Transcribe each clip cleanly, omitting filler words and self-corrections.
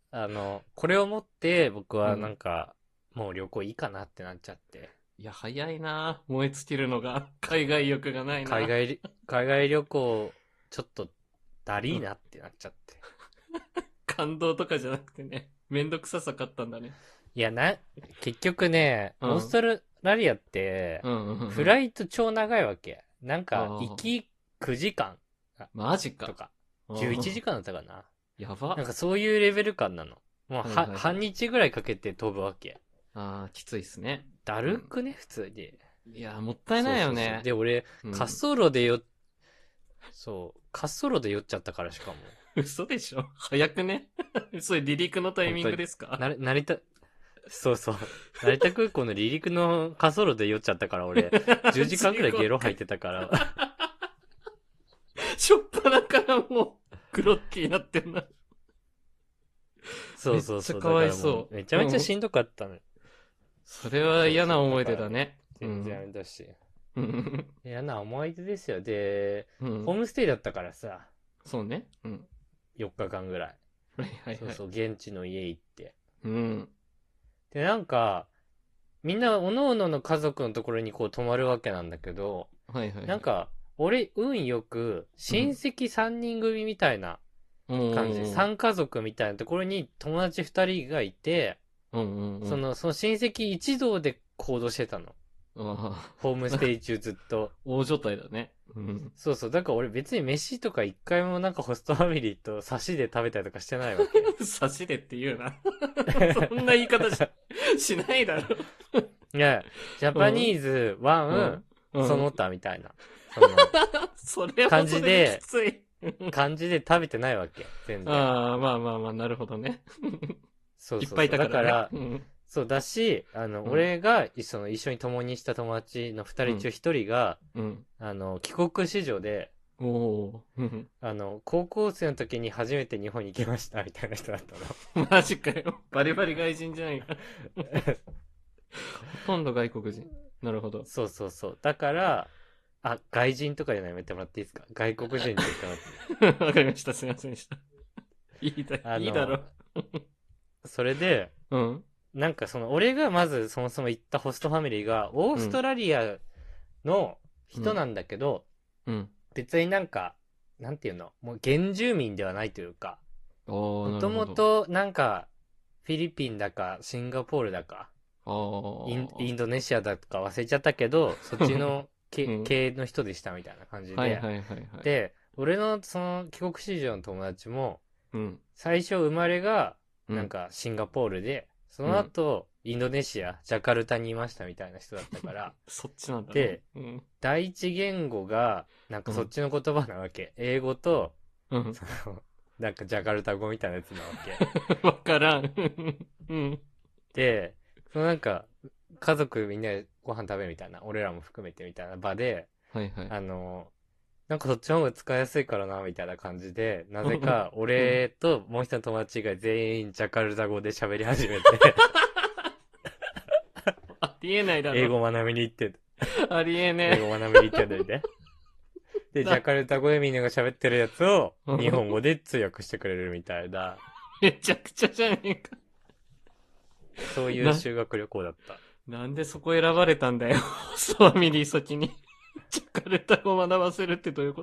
これをもって僕はなうん。 んか、もう旅行いいかなってなっちゃって。 いや、早いな。燃え尽きるのが。海外欲がないな。 海外旅行、ちょっと、だりうん。 ーなってなっちゃって。 感動とかじゃなくてね。めんどくささかったんだね。 いや、結局ね、 うん。 オーストラリアって、 うんうんうんうん。 フライト超長いわけ。なんか、行ああ、 き9時間あマジか。 とか、11 ああ、 時間だったかな。 やば。 なんかそういうレベル感なの。もう半はいはいはい。 日ぐらいかけて飛ぶわけ。 ああ、きついっすね。 だうん。 るくね、普通に。 いや、もったいないよそうそうそう。 ね。 で、俺、滑うん。 走路でよ、そう、滑走路で酔っちゃったからしかも。 嘘でしょ早くね。それ離陸のタイミング本当に。 ですか？ 成田、そうそう。成田空港の離陸の滑走路で酔っちゃったから俺、10時間くらいゲ地獄。 ロ吐いてたから。 しょっぱなからもう、グロッキーになってんな。 そめうそうそう。 っちゃかわだからもう、 いそめちゃう。うん。 めちゃしんどかったのよ。 それはそうそう。だ嫌な思いからね、 出だね。う全然あん。 れだし。 うん。 嫌な思い出ですよ。で、 うん。 ホームステイだったからさ、 そうね。うん。 4日間ぐらい。 はいはいはい。 そうそう、現地の家行って。 うん。 で、なんか、みんな、各々の家族のところにこう泊まるわけなんだけど、 はいはいはい。 なんか、俺、運よく、親うん。 戚3人組みたいなう感じ、 ん。 3家族みたいなところに友達2人がいて、 うんうんうん。 その親戚一同で行動してたの。 ああ。 ホームスなんか、 テイ中ずっと。 大所帯だね。うん。 そうそう。だから俺別に飯とか一回もなんかホストファミリーと差しで食べたりとかしてないわけ。 差しでって言うな。そんな言い方しないだろ。 いや、ジャうん。 パニーズ、ワン、 うん。うん。 その他みたいな。その、 それも感それできじで、 つい。 感じで食べてないわけ。全然。 ああ、まあまあまあ、なるほどね。いっぱいいそうそうそう。 たからね。 だから、 うん。 そうだし、 うん。 俺が、一緒に共にした友達の二うん。 人中一人が、 うん。 帰国子女で、 おお。うん。 高校生の時に初めて日本に来ましたみたいな人だったマジかよ。バリバリ外人じゃないか。 の。 ほとんど外国人。なるほど。 そうそうそう。だから、外人とかじゃないやめてもらっていいですか？外国人って言ってもらって。 わかりました。すいませんでした。いいだろ。 それで、 うん。 なんか俺がまずそもそも行ったホストファミリーが、オーストうん。 ラリアのうん。 人なんだけど、 うん。 別になんか、なんていうの、もう原住民ではないというか、 おー、 もとなるほど。 もとなんか、フィリピンだか、シンガポールだか、 あー。 インドネシアだとか忘れちゃったけど、そっちのうん。 系の人でしたみたいな感じで、 はいはいはいはい。 で、俺のその帰国子女の友達も、 うん。 最初生まれが、 うん。 なんかシンガポールで、そうん。 の後、インドネシア、ジャカルタにいましたみたいな人だったから、 そっちなんだね。 で、 うん。 第一言語が、なんかそっうん。 ちの言葉なわけ。英語と、 うん。 そなんかジャカルタ語みたいなやつなわけ。 わからん。うん。 で、なんか、家族みんなでご飯食べるみたいな、俺らも含めてみたいな場で、 はいはい。 あの、なんかそっちの方が使いやすいからな、みたいな感じで、なうん。 ぜかうん。 俺ともう一人の友達が全員ジャカルタ語で喋り始めて、 ありえないだろ。 英語学びに行って、 ありえね英語学びに行ってんだよね。で、 え。 ジャカルタ語でみんなが喋ってるやつをうん。 日本語で通訳してくれるみたいな、 めちゃくちゃじゃねえか。 そういうな、 修学旅行だった。 なんでそこ選ばれたんだよ。スファミリー先に。ジャカルタ語を学ばせるってどういうこと？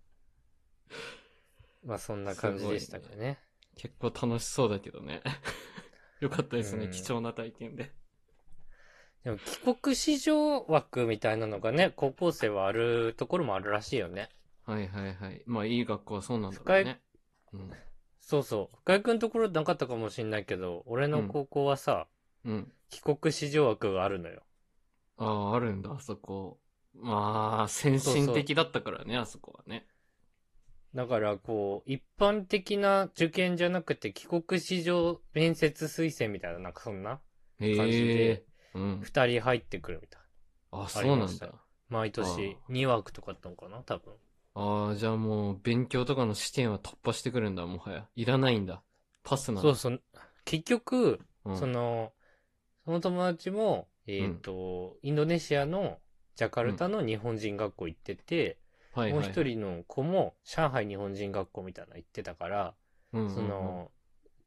まあそんなす感じでしごいね。 たかね。 結構楽しそうだけどね。よかったでうすね。貴ん。 重な体験で。 でも帰国子女枠みたいなのがね、高校生はあるところもあるらしいよね。 はいはいはい。まあいい学校はそうなんだろう深井、 ね。うん。 そうそう。深井くんのところなかったかもしんないけど、俺うん。 の高校はさ、 うん。 帰国子女枠があるのよ。 ああ、あるんだ、あそこ。まあ、先進そうそ的だったからね、あそこはね。 う。だからこう、一般的な受験じゃなくて帰国子女面接推薦みたいな、なんかそんな感じで、 へえ。うん。 二人入ってくるみたいあ、 な。ありそうなんだ。 ましたよ。毎年あ 2枠とかあったのかな多分。 あ。ああ、じゃあもう、勉強とかの試験は突破してくるんだ、もはや。いらないんだ。パスなんだ。 そうそう。結局、 うん。 その、その友達も、 うん。 インドネシアのジャカうん。 ルタの日本人学校行ってて、 はいもうはいはい。 一人の子も上海日本人学校みたいなの行ってたから、 うんうそんうん。 の、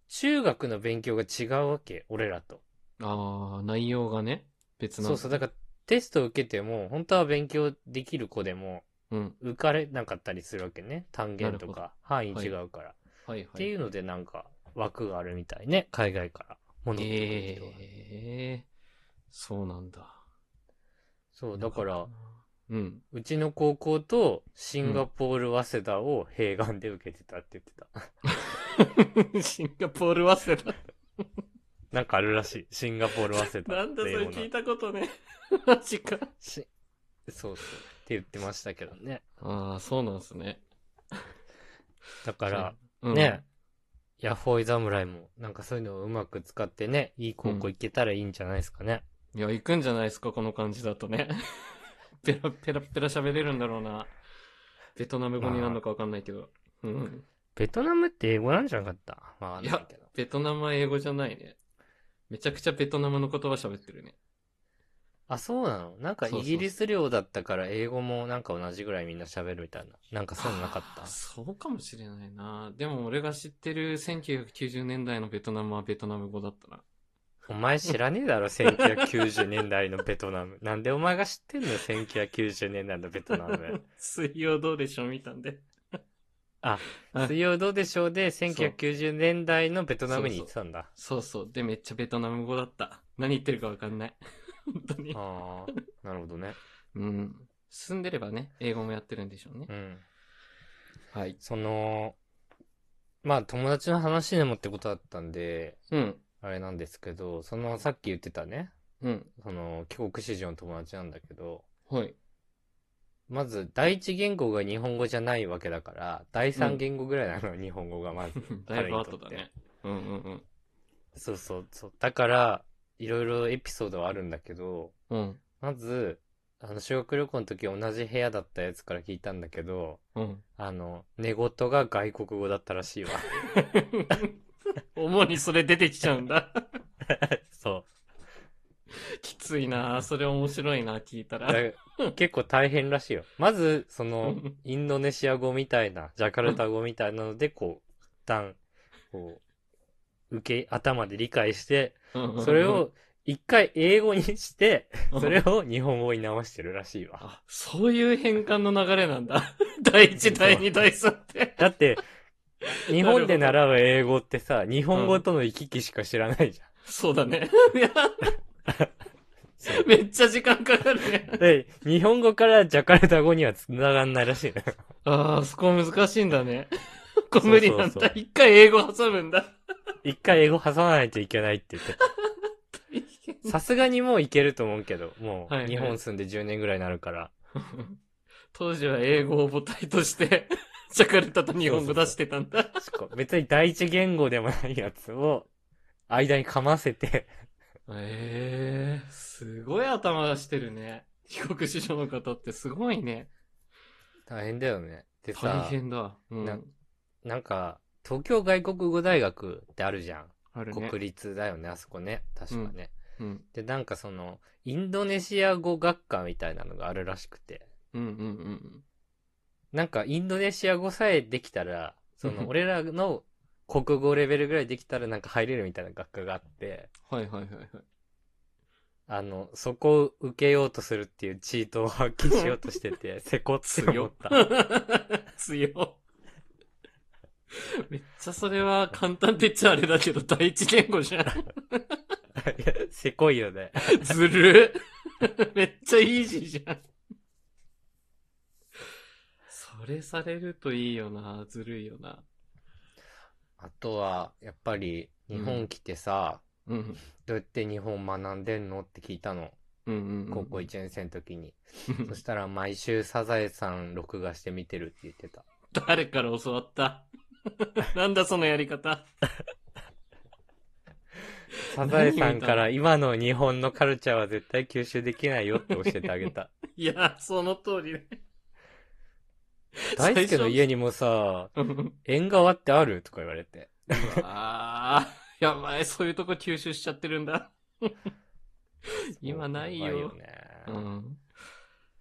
中学の勉強が違うわけ、俺らと。 ああ、内容がね、別なんだ。 そうそう、だからテストを受けても、本当は勉強できる子でも、 うん。 受かれなかったりするわけね。単なるほど。 元とか、範囲はい。 違うから。っはいはい。 ていうのでなんか、枠があるみたいね。海外から戻ってくる人は。 ええ、そうなんだ。 そう、だなかったな。 から、 うん。 うちの高校とシンガうん。 ポール早稲田を併願で受けてたって言ってた。 シンガポール忘れた。 なんかあるらしい。シンガポール早稲田っなんだそていうもの。 れ聞いたことね。マジか。 し、そうそう。って言ってましたけどね。 ああ、そうなんすね。じゃあ、 だから、 うん。 ね、ヤッホーイ侍も、なんかそういうのをうまく使ってね、いい高校うん。 行けたらいいんじゃないですかね。 いや、行くんじゃないですか、この感じだとね。ペラペラペラ喋れるんだろうな。ベトナム語になるまあ、 のかわかんないけど。うん。 ベトナムって英語なんじゃなかったわかいや、 んないけど。 ベトナムは英語じゃないね。めちゃくちゃベトナムの言葉喋ってるね。 あ、そうなの？なんかイギリそうそうそう。 ス領だったから英語もなんか同じぐらいみんな喋るみたいな。なんかそういうのなかっああ、 た？ そうかもしれないな。でも俺が知ってる1990年代のベトナムはベトナム語だったな。 お前知らねえだろ、1990年代のベトナム。なんでお前が知ってんの？ 1990 年代のベトナム。 水曜どうでしょう見たんで。 あ、 あ、 水曜どうでしょうでそう。 1990年代のベトナムにそうそう。 行ってたんだ。 そうそう。で、めっちゃベトナム語だった。何言ってるかわかんない。本当に。 ああ、なるほどね。 うん。住んでればね、英語もやってるんでしょうね。 うん。 はい。 その、まあ友達の話でもってことだったんで、 うん。 あれなんですけど、そのさっき言ってたね、 うん。 その帰国子女の友達なんだけど、 はい。 まず第一言語が日本語じゃないわけだから、第うん。 三言語ぐらいなの、日本語がまず、 だいぶ彼にとって。 後だね。うんうんうん。 そうそうそう。だから、いろいろエピソードはあるんだけど、 うん。 まず、修学旅行の時同じ部屋だったやつから聞いたんだけど、 うん。 寝言が外国語だったらしいわ。 主にそれ出てきちゃうんだ。 そきついなそれ面白いな聞いたう。 ら。 結構大変らしいよ。まず、その、 うん。 インドネシア語みたいな、ジャカうん。 ルタ語みたいなので、こう、一旦、こ頭で理解して、 うん。うん。 それを一回英語にして、 うん。 それを日本語に直してるらしいわ。 あ、そういう変換の流れなんだ。第一、 そう。 第二、第三って。 だって、日本でなるほど。 習う英語ってさ、日うん。 本語との行き来しか知らないじゃん。 そうだね。いや、 そめっちゃ時間かかるね。 う。で、日本語からジャカルタ語には繋がんないらしいのよ。 ああ、そこ難しいんだね。これそう無理なんだ。 そうそう。 一回英語挟むんだ。 一回英語挟まないといけないって言ってた。 大変。 さすがにもういけると思うけど、もう日はいはい。 本住んで10年ぐらいになるから。 当時は英語を母体としてジャカルタと日本語出しそうそうそう。 てたんだ。 別に第一言語でもないやつを間にかませて、 ええー、すごい頭出してるね。帰国子女の方ってすごいね。 大変だよね。で大さ、 変だ。うな、 ん。 なんか、東京外国語大学ってあるじゃん。 あるね。 国立だよね、あそこね。 うん。 確かね。 うん。 で、なんかその、インドネシア語学科みたいなのがあるらしくて。 うんうんなんか、インドネシア語さえできたら、 うん。 俺らの国語レベルぐらいできたらなんか入れるみたいな学科があって、 はいはいはいはい。 そこを受けようとするっていうチートを発揮しようとしてて、せこって思強。 った。 強。めっちゃそれは簡単って言っちゃあれだけど、第一言語じゃん。 せこいよね。 ずる。めっちゃイージーじゃん。それされるといいよな。ずるいよな。 あとは、やっぱり、日本うん。 来てさ、 うん。 どうやって日本学んでんのって聞いたの。 うんうん高校1年生の時に。 うんうん。 そしたら毎週サザエさん録画して見てるって言ってた。 誰から教わったなんだそのやり方。 サザエ何さんか見たの？ ら今の日本のカルチャーは絶対吸収できないよって教えてあげた。 いや、その通りね。 大輔の最初、 家にもさ、 うん。 縁側ってあるとか言われて。 うわー。やばい、そういうとこ吸収しちゃってるんだ。今そう、 ないよ。 やばいよね。 うん。